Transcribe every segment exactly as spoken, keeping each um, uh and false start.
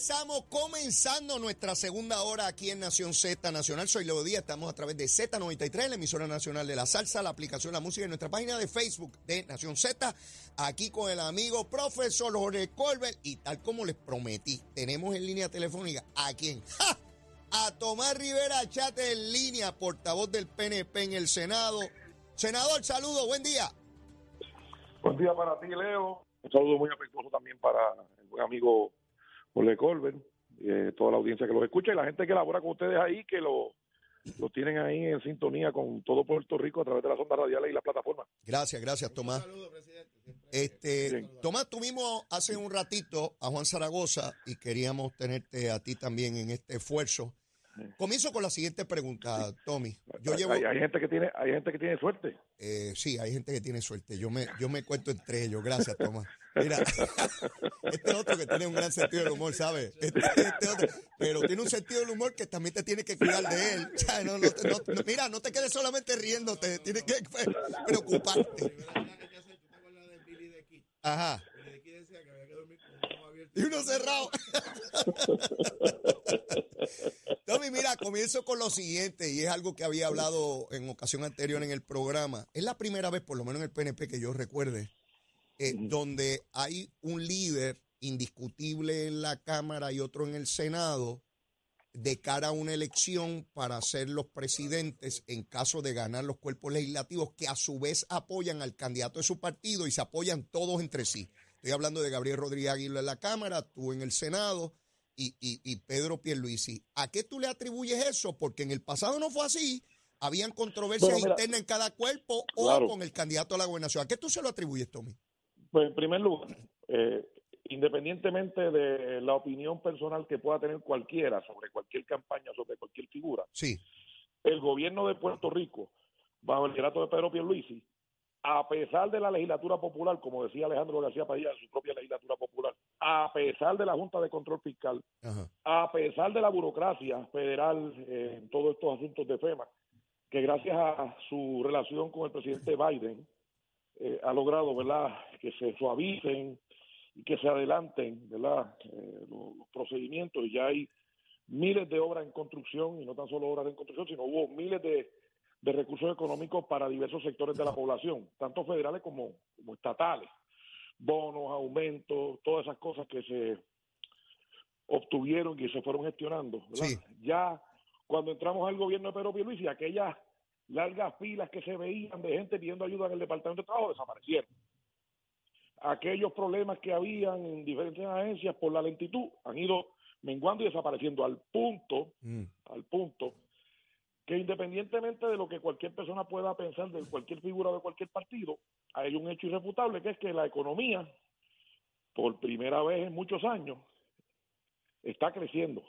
Comenzamos, comenzando nuestra segunda hora aquí en Nación Z Nacional. Soy Leo Díaz, estamos a través de Z noventa y tres, la emisora nacional de la salsa, la aplicación La Música y nuestra página de Facebook de Nación Z. Aquí con el amigo profesor Jorge Colbert y tal como les prometí, tenemos en línea telefónica a quién, ¡ja! A Tomás Rivera Chatez en línea, portavoz del P N P en el Senado. Senador, saludo, buen día. Buen día para ti, Leo. Un saludo muy afectuoso también para el buen amigo Jorge Colbert, eh, toda la audiencia que los escucha y la gente que labora con ustedes ahí, que lo, lo tienen ahí en sintonía con todo Puerto Rico a través de las ondas radiales y las plataformas. Gracias, gracias, Tomás. Un saludo, presidente. Este, Bien. Tomás, tú mismo hace un ratito a Juan Zaragoza y queríamos tenerte a ti también en este esfuerzo. Comienzo con la siguiente pregunta, Tommy. Yo llevo, hay, hay gente que tiene, hay gente que tiene suerte. Eh, sí, hay gente que tiene suerte. Yo me, yo me cuento entre ellos. Gracias, Tomás. Mira, este otro que tiene un gran sentido del humor, ¿sabes? Este, este otro, pero tiene un sentido del humor que también te tiene que cuidar de él. O sea, no, no, no, no, mira, no te quedes solamente riéndote, tienes que preocuparte. Ajá. Y uno cerrado. Tommy, mira, comienzo con lo siguiente, y es algo que había hablado en ocasión anterior en el programa. Es la primera vez, por lo menos en el P N P, que yo recuerde, eh, uh-huh. donde hay un líder indiscutible en la Cámara y otro en el Senado de cara a una elección para ser los presidentes en caso de ganar los cuerpos legislativos, que a su vez apoyan al candidato de su partido y se apoyan todos entre sí. Estoy hablando de Gabriel Rodríguez Aguirre en la Cámara, tú en el Senado y, y, y Pedro Pierluisi. ¿A qué tú le atribuyes eso? Porque en el pasado no fue así. Habían controversias bueno, internas en cada cuerpo claro. o con el candidato a la gobernación. ¿A qué tú se lo atribuyes, Tommy? Pues en primer lugar, eh, independientemente de la opinión personal que pueda tener cualquiera sobre cualquier campaña, sobre cualquier figura, sí. el gobierno de Puerto Rico, bajo el liderato de Pedro Pierluisi, a pesar de la legislatura popular, como decía Alejandro García Padilla, su propia legislatura popular, a pesar de la Junta de Control Fiscal, Ajá. a pesar de la burocracia federal eh, en todos estos asuntos de FEMA, que gracias a su relación con el presidente Biden eh, ha logrado, ¿verdad?, que se suavicen y que se adelanten, ¿verdad?, eh, los, los procedimientos, y ya hay miles de obras en construcción, y no tan solo obras en construcción, sino hubo miles de de recursos económicos para diversos sectores de la población, tanto federales como, como estatales, bonos, aumentos, todas esas cosas que se obtuvieron y se fueron gestionando, ¿verdad? Sí. Ya cuando entramos al gobierno de Pedro Pierluisi, aquellas largas filas que se veían de gente pidiendo ayuda en el Departamento de Trabajo desaparecieron. Aquellos problemas que habían en diferentes agencias por la lentitud han ido menguando y desapareciendo al punto, mm. al punto que independientemente de lo que cualquier persona pueda pensar de cualquier figura de cualquier partido, hay un hecho irrefutable, que es que la economía, por primera vez en muchos años, está creciendo.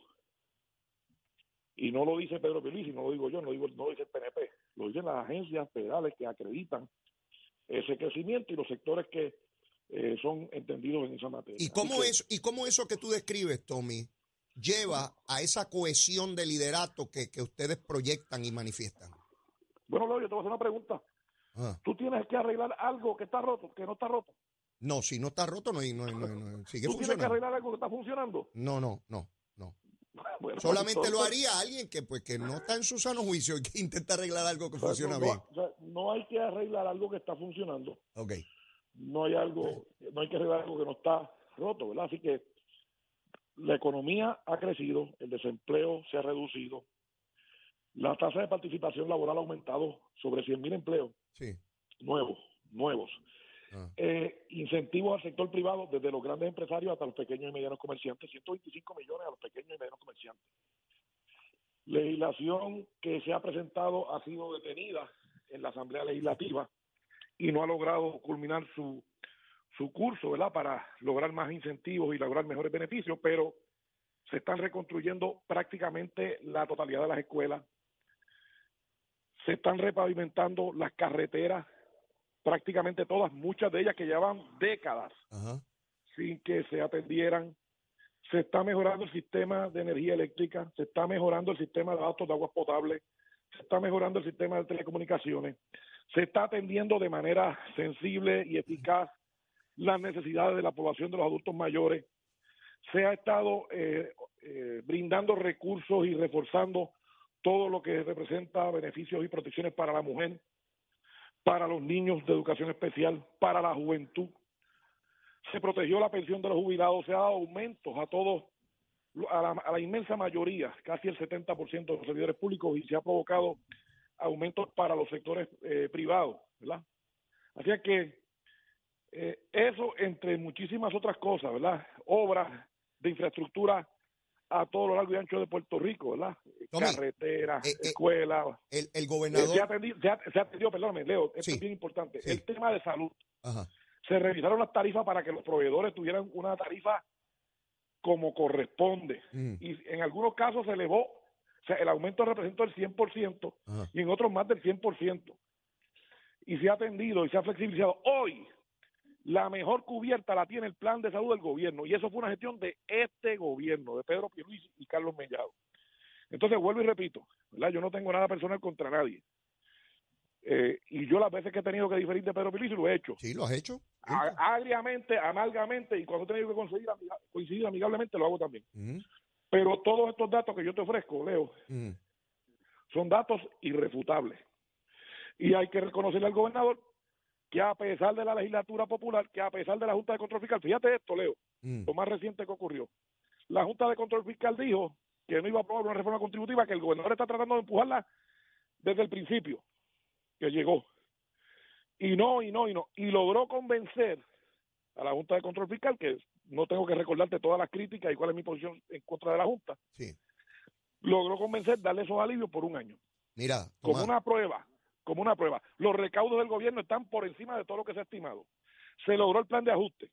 Y no lo dice Pedro Pierluisi, no lo digo yo, no lo, digo, no lo dice el P N P, lo dicen las agencias federales que acreditan ese crecimiento y los sectores que eh, son entendidos en esa materia. ¿Y cómo, que, es, ¿Y cómo eso que tú describes, Tommy, lleva a esa cohesión de liderato que, que ustedes proyectan y manifiestan? Bueno, Leo, yo te voy a hacer una pregunta. Ah. ¿Tú tienes que arreglar algo que está roto, que no está roto? No, si no está roto, no, no, no, no sigue ¿Tú funcionando. tienes que arreglar algo que está funcionando? No, no, no, no. Bueno, solamente entonces, lo haría alguien que pues que no está en su sano juicio y que intenta arreglar algo que o sea, funciona no, bien. No, o sea, no hay que arreglar algo que está funcionando. Okay. No hay algo, no hay que arreglar algo que no está roto, ¿verdad? Así que la economía ha crecido, el desempleo se ha reducido, la tasa de participación laboral ha aumentado sobre cien mil empleos sí. nuevos, nuevos. Ah. Eh, incentivos al sector privado, desde los grandes empresarios hasta los pequeños y medianos comerciantes, ciento veinticinco millones a los pequeños y medianos comerciantes. Legislación que se ha presentado ha sido detenida en la Asamblea Legislativa y no ha logrado culminar su su curso, ¿verdad?, para lograr más incentivos y lograr mejores beneficios, pero se están reconstruyendo prácticamente la totalidad de las escuelas, se están repavimentando las carreteras, prácticamente todas, muchas de ellas que llevan décadas Ajá. sin que se atendieran, se está mejorando el sistema de energía eléctrica, se está mejorando el sistema de abasto de agua potable, se está mejorando el sistema de telecomunicaciones, se está atendiendo de manera sensible y eficaz las necesidades de la población de los adultos mayores, se ha estado eh, eh, brindando recursos y reforzando todo lo que representa beneficios y protecciones para la mujer, para los niños de educación especial, para la juventud. Se protegió la pensión de los jubilados, se ha dado aumentos a todos, a la, a la inmensa mayoría, casi el setenta por ciento de los servidores públicos, y se ha provocado aumentos para los sectores eh, privados, ¿verdad? Así es que eh, eso, entre muchísimas otras cosas, ¿verdad? Obras de infraestructura a todo lo largo y ancho de Puerto Rico, ¿verdad? Tommy, Carreteras, eh, eh, escuelas. El, el Eh, gobernador... se, ha atendido, se, ha, se ha atendido, perdóname, Leo, esto Sí, es bien importante. sí. El tema de salud. Ajá. Se revisaron las tarifas para que los proveedores tuvieran una tarifa como corresponde. Mm. Y en algunos casos se elevó, o sea, el aumento representó el cien por ciento Ajá. y en otros más del cien por ciento. Y se ha atendido y se ha flexibilizado. Hoy, la mejor cubierta la tiene el plan de salud del gobierno, y eso fue una gestión de este gobierno, de Pedro Pierluisi y Carlos Mellado. Entonces, vuelvo y repito, ¿verdad? Yo no tengo nada personal contra nadie. Eh, y yo las veces que he tenido que diferir de Pedro Pierluisi lo he hecho. Sí, lo has hecho. A, agriamente, amargamente, y cuando he tenido que conseguir amiga, coincidir amigablemente lo hago también. Uh -huh. Pero todos estos datos que yo te ofrezco, Leo, uh -huh. son datos irrefutables. Y hay que reconocerle al gobernador que a pesar de la legislatura popular, que a pesar de la Junta de Control Fiscal, fíjate esto, Leo, uh -huh. lo más reciente que ocurrió. La Junta de Control Fiscal dijo que no iba a aprobar una reforma contributiva, que el gobernador está tratando de empujarla desde el principio, que llegó. Y no, y no, y no. Y logró convencer a la Junta de Control Fiscal, que no tengo que recordarte todas las críticas y cuál es mi posición en contra de la Junta. Sí. Logró convencer, darle esos alivios por un año. Mira, Tomás. Como una prueba, como una prueba. Los recaudos del gobierno están por encima de todo lo que se ha estimado. Se logró el plan de ajuste.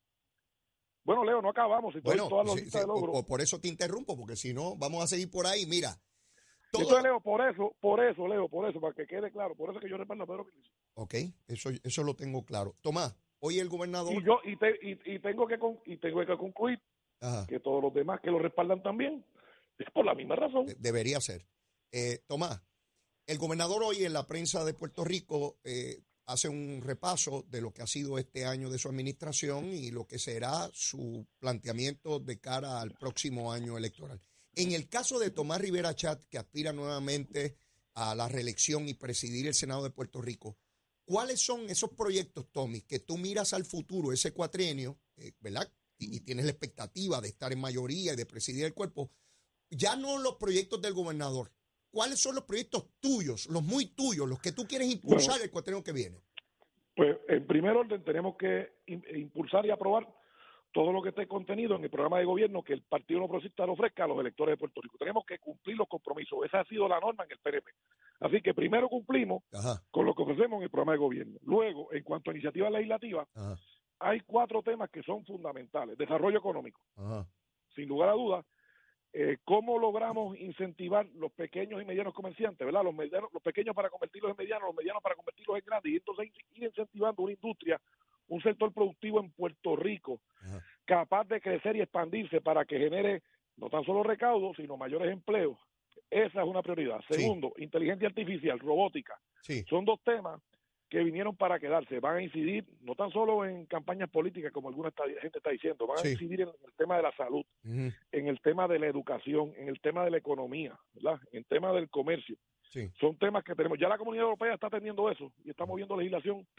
Bueno, Leo, no acabamos. Si bueno, todas las sí, listas sí, de logro. por, por eso te interrumpo, porque si no, vamos a seguir por ahí. Mira. Todo... Entonces, Leo, por eso, por eso, Leo, por eso, para que quede claro, por eso es que yo respaldo a Pedro Pierluisi. Ok, eso, eso lo tengo claro. Tomás, hoy el gobernador... Y yo, y, te, y, y tengo que con, y tengo que concluir Ajá. que todos los demás que lo respaldan también, es por la misma razón. De, debería ser. Eh, Tomás, el gobernador hoy en la prensa de Puerto Rico eh, hace un repaso de lo que ha sido este año de su administración y lo que será su planteamiento de cara al próximo año electoral. En el caso de Tomás Rivera Chat, que aspira nuevamente a la reelección y presidir el Senado de Puerto Rico, ¿cuáles son esos proyectos, Tommy, que tú miras al futuro, ese cuatrienio, eh, ¿verdad? Y, y tienes la expectativa de estar en mayoría y de presidir el cuerpo. Ya no los proyectos del gobernador. ¿Cuáles son los proyectos tuyos, los muy tuyos, los que tú quieres impulsar bueno, el cuatrienio que viene? Pues en primer orden tenemos que impulsar y aprobar todo lo que esté contenido en el programa de gobierno que el Partido No Progresista le ofrezca a los electores de Puerto Rico. Tenemos que cumplir los compromisos. Esa ha sido la norma en el P N P. Así que primero cumplimos Ajá. con lo que ofrecemos en el programa de gobierno. Luego, en cuanto a iniciativas legislativas, Ajá. hay cuatro temas que son fundamentales. Desarrollo económico. Ajá. Sin lugar a dudas, eh, ¿cómo logramos incentivar los pequeños y medianos comerciantes, ¿verdad? Los, medianos, los pequeños para convertirlos en medianos, los medianos para convertirlos en grandes, y entonces ir incentivando una industria, un sector productivo en Puerto Rico, Ajá. capaz de crecer y expandirse para que genere no tan solo recaudos, sino mayores empleos. Esa es una prioridad. Segundo, sí. inteligencia artificial, robótica. Sí. Son dos temas que vinieron para quedarse. Van a incidir no tan solo en campañas políticas, como alguna gente está diciendo, van sí. a incidir en el tema de la salud, uh-huh. en el tema de la educación, en el tema de la economía, ¿verdad? En el tema del comercio. Sí. Son temas que tenemos. Ya la Comunidad Europea está atendiendo eso y está moviendo legislación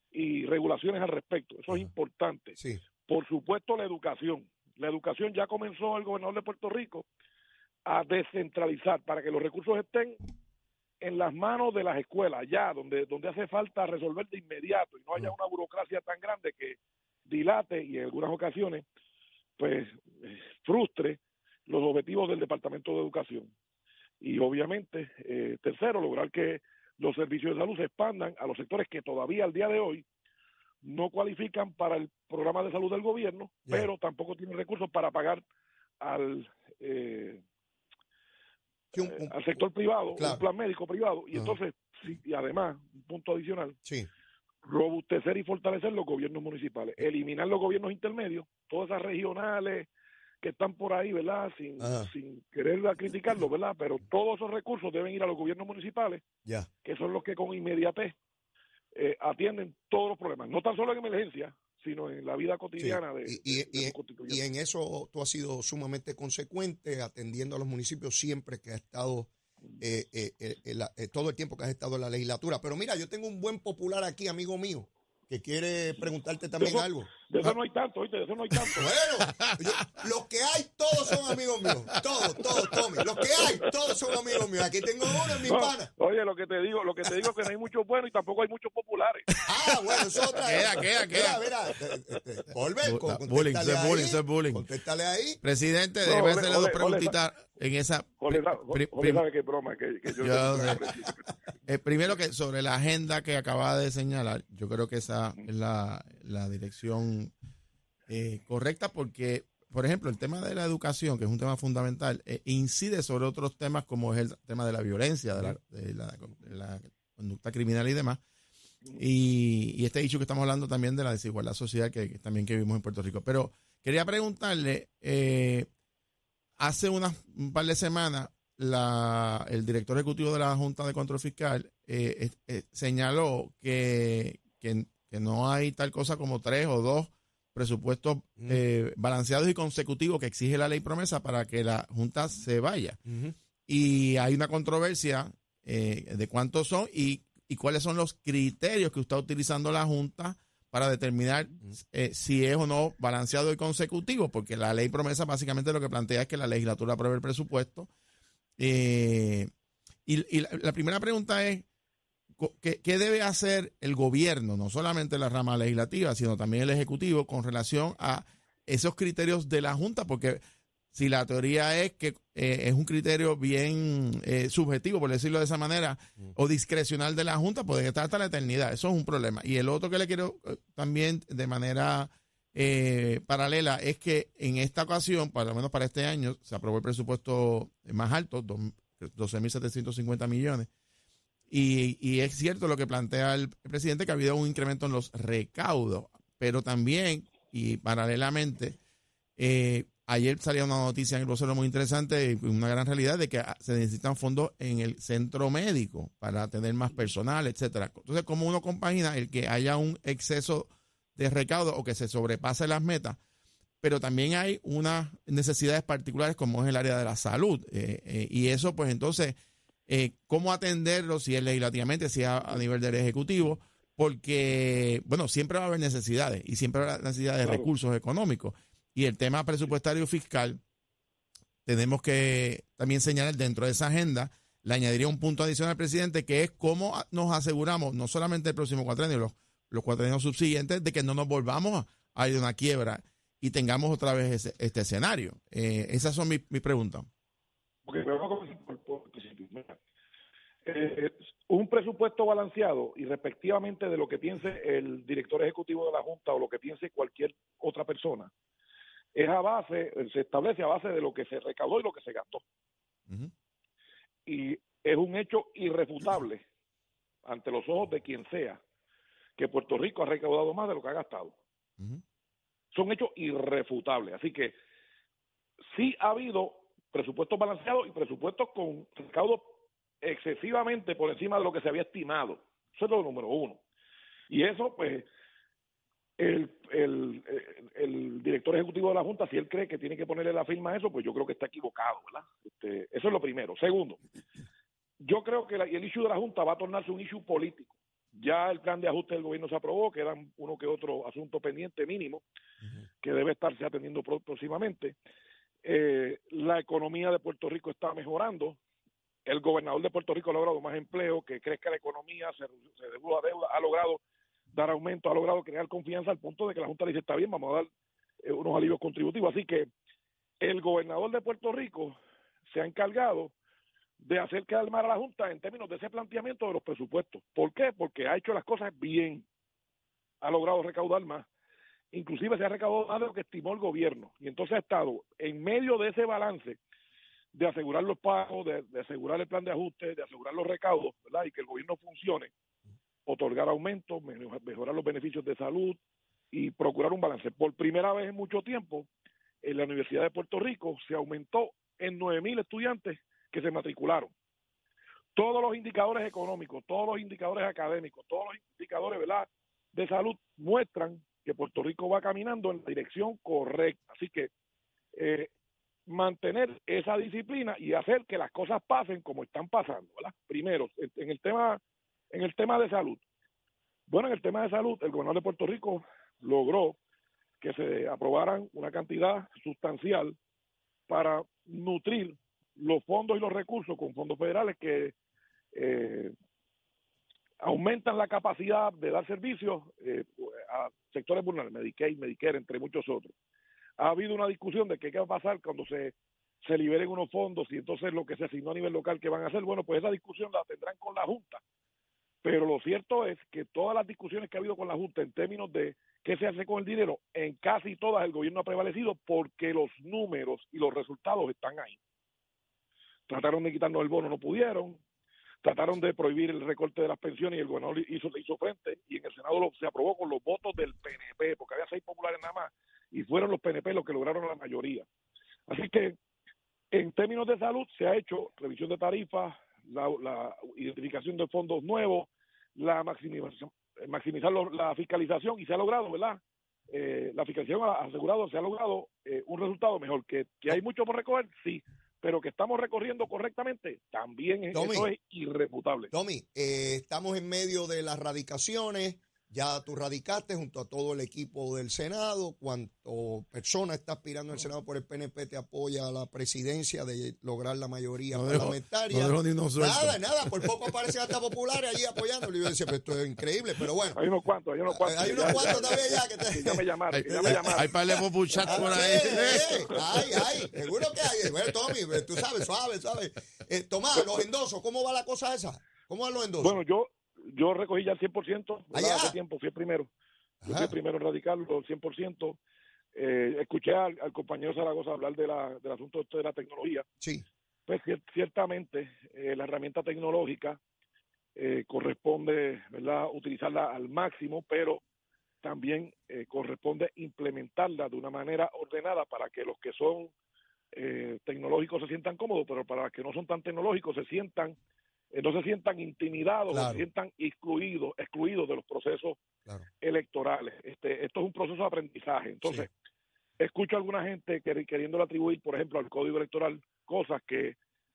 y regulaciones al respecto. Eso uh-huh. es importante. Sí. Por supuesto, la educación. La educación ya comenzó el gobernador de Puerto Rico a descentralizar para que los recursos estén en las manos de las escuelas, ya donde donde hace falta resolver de inmediato y no haya una burocracia tan grande que dilate y en algunas ocasiones pues frustre los objetivos del Departamento de Educación. Y obviamente, eh, tercero, lograr que los servicios de salud se expandan a los sectores que todavía al día de hoy no cualifican para el programa de salud del gobierno, yeah. pero tampoco tienen recursos para pagar al eh, Sí, un, un, al sector privado, claro. un plan médico privado, y uh-huh. entonces, sí, y además, un punto adicional, sí. robustecer y fortalecer los gobiernos municipales, eliminar los gobiernos intermedios, todas esas regionales que están por ahí, ¿verdad? Sin, uh-huh. sin querer criticarlo, ¿verdad? Pero todos esos recursos deben ir a los gobiernos municipales, yeah. que son los que con inmediatez eh, atienden todos los problemas, no tan solo en emergencia, sino en la vida cotidiana sí. de, y, de, de y, los constituyentes. y en eso tú has sido sumamente consecuente, atendiendo a los municipios siempre que has estado, eh, eh, eh, eh, la, eh, todo el tiempo que has estado en la legislatura. Pero mira, yo tengo un buen popular aquí, amigo mío, que quiere preguntarte también de eso, algo. De eso no hay tanto, ¿oíste? De eso no hay tanto. Bueno, yo, los que hay, todos son amigos míos. Todos, todos, Tommy. Los que hay, todos son amigos míos. Aquí tengo uno en mi No, pana. oye, lo que te digo, lo que te digo es que no hay muchos buenos y tampoco hay muchos populares. Ah, bueno, eso es otra. Queda, queda, queda. Mira, mira, este, Volver, Bu- contéstale bullying, eso es ahí, bullying, eso es bullying. Contéstale ahí. Presidente, No, déjeme ole, hacerle ole, dos ole, preguntitas en esa. Jorge, pri- Jorge pri- sabe que es broma, que, que yo, Yo yo- sé. Eh, primero que sobre la agenda que acaba de señalar, yo creo que esa es la, la dirección eh, correcta porque, por ejemplo, el tema de la educación, que es un tema fundamental, eh, incide sobre otros temas como es el tema de la violencia, de la, de la, de la conducta criminal y demás. Y, y este hecho que estamos hablando también de la desigualdad social que, que también que vivimos en Puerto Rico. Pero quería preguntarle, eh, hace unas, un par de semanas, la, el director ejecutivo de la Junta de Control Fiscal eh, eh, eh, señaló que, que, que no hay tal cosa como tres o dos presupuestos eh, balanceados y consecutivos que exige la ley promesa para que la Junta se vaya. Uh-huh. Y hay una controversia eh, de cuántos son y, y cuáles son los criterios que está utilizando la Junta para determinar eh, si es o no balanceado y consecutivo, porque la ley promesa básicamente lo que plantea es que la legislatura apruebe el presupuesto. Eh, y y la, la primera pregunta es, ¿qué, ¿qué debe hacer el gobierno, no solamente la rama legislativa, sino también el ejecutivo, con relación a esos criterios de la Junta? Porque si la teoría es que eh, es un criterio bien eh, subjetivo, por decirlo de esa manera, mm. o discrecional de la Junta, pueden estar hasta la eternidad. Eso es un problema. Y el otro que le quiero eh, también de manera eh, paralela es que en esta ocasión, por lo menos para este año, se aprobó el presupuesto más alto, doce mil setecientos cincuenta millones. Y, y es cierto lo que plantea el presidente, que ha habido un incremento en los recaudos, pero también, y paralelamente, eh, ayer salía una noticia en el vocero muy interesante, una gran realidad, de que se necesitan fondos en el centro médico para tener más personal, etcétera. Entonces, ¿cómo uno compagina el que haya un exceso de recaudo o que se sobrepase las metas? Pero también hay unas necesidades particulares como es el área de la salud. Eh, eh, y eso, pues entonces, eh, ¿cómo atenderlo? Si es legislativamente, si es a, a nivel del Ejecutivo, porque, bueno, siempre va a haber necesidades y siempre va a haber necesidades de Claro. recursos económicos. Y el tema presupuestario fiscal, tenemos que también señalar dentro de esa agenda, le añadiría un punto adicional al presidente, que es cómo nos aseguramos, no solamente el próximo cuatrienio, los, los cuatrienios subsiguientes, de que no nos volvamos a ir a una quiebra y tengamos otra vez ese, este escenario. Eh, esas son mis mi preguntas. Porque me voy a comenzar por, por el principio. Mira, eh, un presupuesto balanceado y respectivamente de lo que piense el director ejecutivo de la Junta o lo que piense cualquier otra persona, es a base, se establece a base de lo que se recaudó y lo que se gastó. Uh-huh. Y es un hecho irrefutable ante los ojos de quien sea que Puerto Rico ha recaudado más de lo que ha gastado. Uh-huh. Son hechos irrefutables. Así que sí ha habido presupuestos balanceados y presupuestos con recaudos excesivamente por encima de lo que se había estimado. Eso es lo número uno. Y eso, pues, el, el, el, el director ejecutivo de la Junta, si él cree que tiene que ponerle la firma a eso, pues yo creo que está equivocado, ¿verdad? Este, eso es lo primero. Segundo, yo creo que la, el issue de la Junta va a tornarse un issue político. Ya el plan de ajuste del gobierno se aprobó, quedan uno que otro asunto pendiente mínimo uh-huh. que debe estarse atendiendo próximamente. Eh, la economía de Puerto Rico está mejorando. El gobernador de Puerto Rico ha logrado más empleo, que crezca la economía, se, se reduce la deuda, ha logrado dar aumento, ha logrado crear confianza al punto de que la Junta le dice, está bien, vamos a dar eh, unos alivios contributivos. Así que el gobernador de Puerto Rico se ha encargado de hacer quedar mal a la Junta en términos de ese planteamiento de los presupuestos. ¿Por qué? Porque ha hecho las cosas bien, ha logrado recaudar más, inclusive se ha recaudado más de lo que estimó el gobierno, y entonces ha estado en medio de ese balance de asegurar los pagos, de, de asegurar el plan de ajuste, de asegurar los recaudos, ¿verdad? Y que el gobierno funcione, otorgar aumentos, mejorar los beneficios de salud y procurar un balance. Por primera vez en mucho tiempo, en la Universidad de Puerto Rico se aumentó en nueve mil estudiantes que se matricularon. Todos los indicadores económicos, todos los indicadores académicos, todos los indicadores, ¿verdad?, de salud muestran que Puerto Rico va caminando en la dirección correcta. Así que eh, mantener esa disciplina y hacer que las cosas pasen como están pasando, ¿verdad? Primero, en el tema, en el tema de salud. Bueno, en el tema de salud, el gobernador de Puerto Rico logró que se aprobaran una cantidad sustancial para nutrir los fondos y los recursos con fondos federales que eh, aumentan la capacidad de dar servicios eh, a sectores vulnerables, Medicaid, Medicare, entre muchos otros. Ha habido una discusión de qué va a pasar cuando se, se liberen unos fondos y entonces lo que se asignó a nivel local, ¿qué van a hacer? Bueno, pues esa discusión la tendrán con la Junta. Pero lo cierto es que todas las discusiones que ha habido con la Junta en términos de qué se hace con el dinero, en casi todas el gobierno ha prevalecido porque los números y los resultados están ahí. Trataron de quitarnos el bono, no pudieron. Trataron de prohibir el recorte de las pensiones y el gobernador hizo, hizo frente y en el Senado lo, se aprobó con los votos del P N P, porque había seis populares nada más y fueron los P N P los que lograron la mayoría. Así que en términos de salud se ha hecho revisión de tarifas, la, la identificación de fondos nuevos, la maximización, maximizar lo, la fiscalización y se ha logrado, ¿verdad? Eh, la fiscalización ha asegurado, se ha logrado eh, un resultado mejor. Que, que hay mucho por recoger, sí, pero que estamos recorriendo correctamente, también Tommy, eso es irrefutable. Tommy, eh, estamos en medio de las radicaciones, ya tú radicaste junto a todo el equipo del Senado, cuánto persona está aspirando al Senado por el P N P te apoya a la presidencia de lograr la mayoría no parlamentaria. Dejo, no dejo ni uno suelto. Nada, nada, por poco aparecen hasta populares allí apoyándolo. Y yo decía, pero esto es increíble, pero bueno. Hay unos cuantos, hay unos cuantos. Hay unos cuantos también ya que te... ya me llamaron, ya me llamaron. Hay para el popuchat por ahí. Ay, ay, seguro que hay. Bueno, Tommy, tú sabes, suave, suave. Eh, Tomás, los endosos, ¿cómo va la cosa esa? ¿Cómo van los endosos? Bueno, yo yo recogí ya el cien por ciento, ¿Allá? Hace tiempo, fui el primero. Yo fui el primero en radicarlo, el cien por ciento. Eh, escuché al, al compañero Zaragoza hablar de la, del asunto de la tecnología. Sí. Pues ciertamente eh, la herramienta tecnológica eh, corresponde, ¿verdad?, utilizarla al máximo, pero también eh, corresponde implementarla de una manera ordenada para que los que son eh, tecnológicos se sientan cómodos, pero para los que no son tan tecnológicos se sientan eh, no se sientan intimidados, claro. Se sientan excluidos, excluidos de los procesos claro. electorales. Este, esto es un proceso de aprendizaje. Entonces, sí. escucho a alguna gente que, queriéndole atribuir, por ejemplo, al código electoral cosas que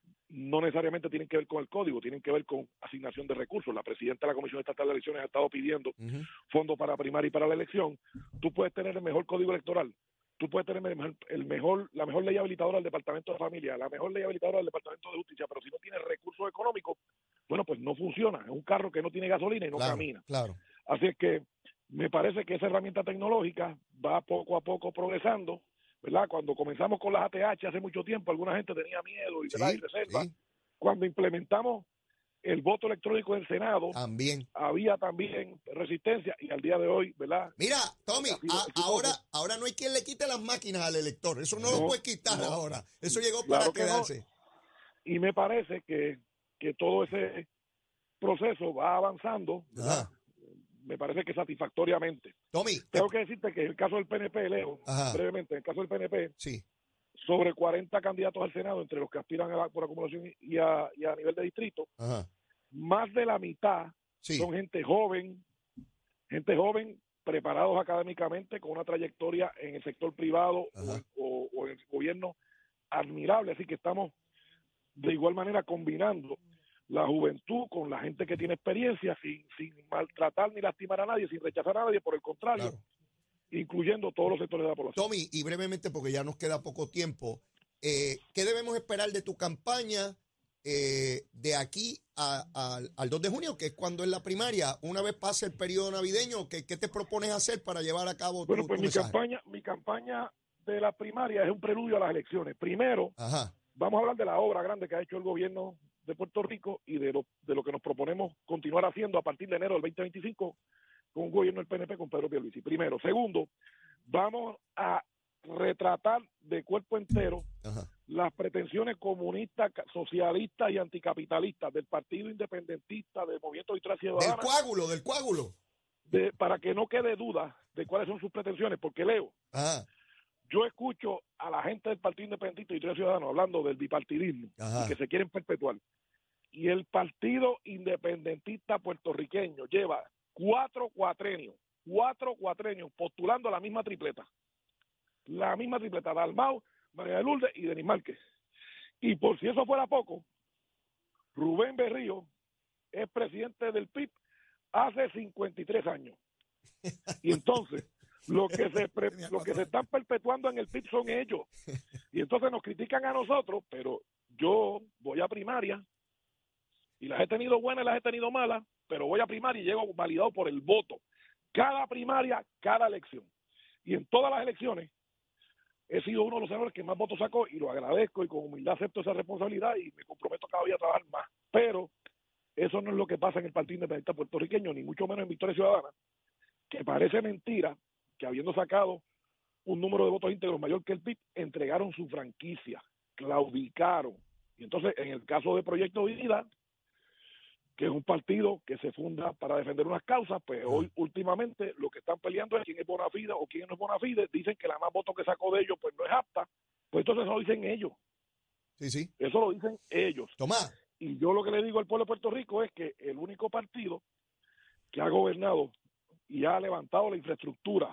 no necesariamente tienen que ver con el código, tienen que ver con asignación de recursos. La presidenta de la Comisión Estatal de Elecciones ha estado pidiendo uh-huh. fondos para primaria y para la elección. Tú puedes tener el mejor código electoral, tú puedes tener el mejor, el mejor, la mejor ley habilitadora del Departamento de Familia, la mejor ley habilitadora del Departamento de Justicia, pero si no tienes recursos económicos, bueno, pues no funciona. Es un carro que no tiene gasolina y no claro, camina. Claro. Así es que me parece que esa herramienta tecnológica va poco a poco progresando, ¿verdad? Cuando comenzamos con las A T H hace mucho tiempo, alguna gente tenía miedo y, sí, y reserva. Sí. Cuando implementamos el voto electrónico en el Senado, también había también resistencia y al día de hoy, ¿verdad? Mira, Tommy, a, ahora ahora no hay quien le quite las máquinas al elector, eso no, no lo puede quitar no, ahora, eso llegó claro para quedarse. No. Y me parece que, que todo ese proceso va avanzando, ¿verdad? Me parece que satisfactoriamente. Tommy, tengo que decirte que en el caso del P N P, Leo, Ajá. brevemente, en el caso del P N P, sí. sobre cuarenta candidatos al Senado, entre los que aspiran a, por acumulación y a, y a nivel de distrito, Ajá. más de la mitad sí. son gente joven, gente joven, preparados académicamente, con una trayectoria en el sector privado o, o, o en el gobierno admirable, así que estamos de igual manera combinando la juventud con la gente que tiene experiencia sin, sin maltratar ni lastimar a nadie, sin rechazar a nadie, por el contrario, claro. incluyendo todos los sectores de la población. Tommy, y brevemente, porque ya nos queda poco tiempo, eh, ¿qué debemos esperar de tu campaña eh, de aquí a, a, al dos de junio, que es cuando es la primaria? Una vez pase el periodo navideño, ¿qué, qué te propones hacer para llevar a cabo bueno, tu, pues tu mi mensaje? campaña, mi campaña de la primaria es un preludio a las elecciones. Primero, Ajá. vamos a hablar de la obra grande que ha hecho el gobierno de Puerto Rico y de lo, de lo que nos proponemos continuar haciendo a partir de enero del veinte veinticinco con un gobierno del P N P con Pedro Pierluisi. Primero. Segundo, vamos a retratar de cuerpo entero Ajá. las pretensiones comunistas, socialistas y anticapitalistas del Partido Independentista, del Movimiento Victoria Ciudadana. Del coágulo, del coágulo. De, para que no quede duda de cuáles son sus pretensiones, porque Leo, Ajá. yo escucho a la gente del Partido Independentista y Victoria Ciudadana hablando del bipartidismo Ajá. y que se quieren perpetuar. Y el Partido Independentista puertorriqueño lleva cuatro cuatrenios cuatro cuatreños postulando a la misma tripleta. La misma tripleta, Dalmau, María de Lourdes y Denis Márquez. Y por si eso fuera poco, Rubén Berrío es presidente del P I B hace cincuenta y tres años. Y entonces, lo que se pre, lo que se están perpetuando en el P I B son ellos. Y entonces nos critican a nosotros, pero yo voy a primaria y las he tenido buenas y las he tenido malas, pero voy a primaria y llego validado por el voto. Cada primaria, cada elección. Y en todas las elecciones he sido uno de los senadores que más votos sacó y lo agradezco y con humildad acepto esa responsabilidad y me comprometo cada día a trabajar más. Pero eso no es lo que pasa en el Partido Independiente Puertorriqueño, ni mucho menos en Victoria Ciudadana, que parece mentira que habiendo sacado un número de votos íntegros mayor que el P I B, entregaron su franquicia, claudicaron. Y entonces, en el caso de Proyecto Vida, que es un partido que se funda para defender unas causas, pues hoy últimamente lo que están peleando es quién es bona fide o quién no es bona fide. Dicen que la más votos que sacó de ellos pues no es apta, pues entonces eso lo dicen ellos. Sí, sí. Eso lo dicen ellos. Tomás. Y yo lo que le digo al pueblo de Puerto Rico es que el único partido que ha gobernado y ha levantado la infraestructura,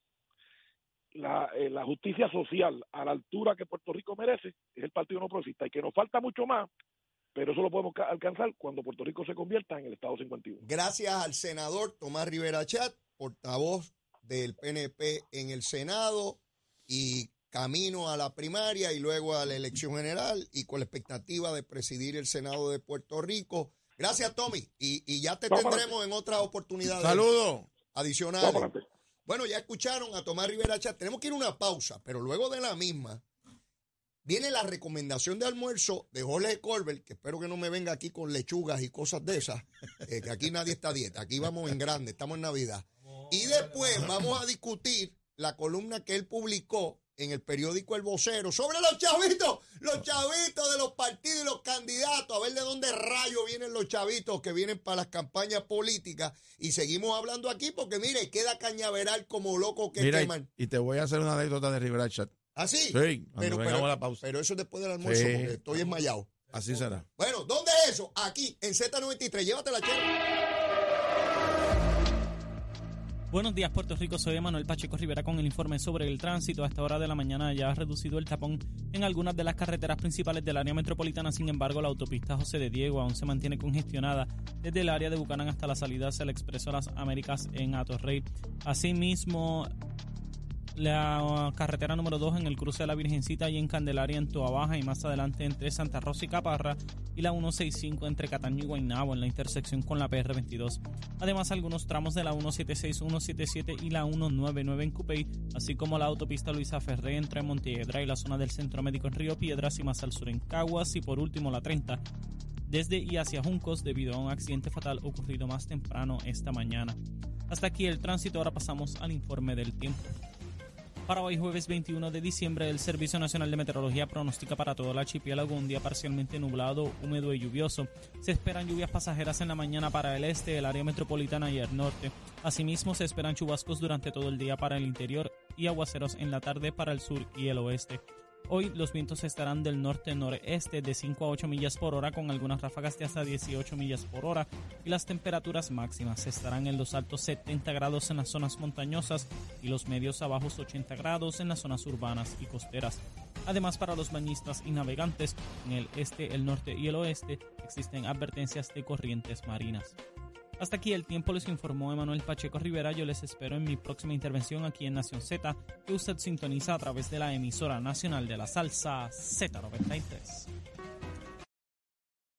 la, eh, la justicia social a la altura que Puerto Rico merece es el Partido No Progresista, y que nos falta mucho más, pero eso lo podemos alcanzar cuando Puerto Rico se convierta en el Estado cincuenta y uno. Gracias al senador Tomás Rivera Chat, portavoz del P N P en el Senado y camino a la primaria y luego a la elección general y con la expectativa de presidir el Senado de Puerto Rico. Gracias, Tommy, y, y ya te Vamos tendremos en otras oportunidades. Saludos Adicionales. Bueno, ya escucharon a Tomás Rivera Chat. Tenemos que ir a una pausa, pero luego de la misma viene la recomendación de almuerzo de Jorge Colbert, que espero que no me venga aquí con lechugas y cosas de esas, eh, que aquí nadie está a dieta, aquí vamos en grande, estamos en Navidad. Y después vamos a discutir la columna que él publicó en el periódico El Vocero sobre los chavitos, los chavitos de los partidos y los candidatos, a ver de dónde rayos vienen los chavitos que vienen para las campañas políticas. Y seguimos hablando aquí porque, mire, queda Cañaveral como loco que Mira, queman. Y, y te voy a hacer una anécdota de Rivera Chat. ¿Ah, sí? Sí, pero, pero, la pausa. pero eso es después del almuerzo, Sí. porque estoy enmayado. Así será. Bueno, ¿dónde es eso? Aquí, en Z noventa y tres. Llévatela, Chero. Buenos días, Puerto Rico. Soy Emanuel Pacheco Rivera con el informe sobre el tránsito. A esta hora de la mañana ya ha reducido el tapón en algunas de las carreteras principales del área metropolitana. Sin embargo, la autopista José de Diego aún se mantiene congestionada desde el área de Bucanán hasta la salida hacia el Expreso Las Américas en Atorrey. Asimismo, la carretera número dos en el cruce de la Virgencita y en Candelaria en Toa Baja, y más adelante entre Santa Rosa y Caparra, y la ciento sesenta y cinco entre Cataño y Guaynabo en la intersección con la P R veintidós. Además, algunos tramos de la ciento setenta y seis, ciento setenta y siete y la ciento noventa y nueve en Cupey, así como la autopista Luisa Ferré entre Montiedra y la zona del Centro Médico en Río Piedras, y más al sur en Caguas, y por último la treinta desde y hacia Juncos debido a un accidente fatal ocurrido más temprano esta mañana. Hasta aquí el tránsito. Ahora pasamos al informe del tiempo. Para hoy, jueves veintiuno de diciembre, el Servicio Nacional de Meteorología pronostica para todo el archipiélago un día parcialmente nublado, húmedo y lluvioso. Se esperan lluvias pasajeras en la mañana para el este, el área metropolitana y el norte. Asimismo, se esperan chubascos durante todo el día para el interior y aguaceros en la tarde para el sur y el oeste. Hoy los vientos estarán del norte-noreste de cinco a ocho millas por hora, con algunas ráfagas de hasta dieciocho millas por hora, y las temperaturas máximas estarán en los altos setenta grados en las zonas montañosas y los medios a bajos ochenta grados en las zonas urbanas y costeras. Además, para los bañistas y navegantes en el este, el norte y el oeste existen advertencias de corrientes marinas. Hasta aquí el tiempo, les informó Emanuel Pacheco Rivera. Yo les espero en mi próxima intervención aquí en Nación Z, que usted sintoniza a través de la emisora nacional de la salsa Z noventa y tres.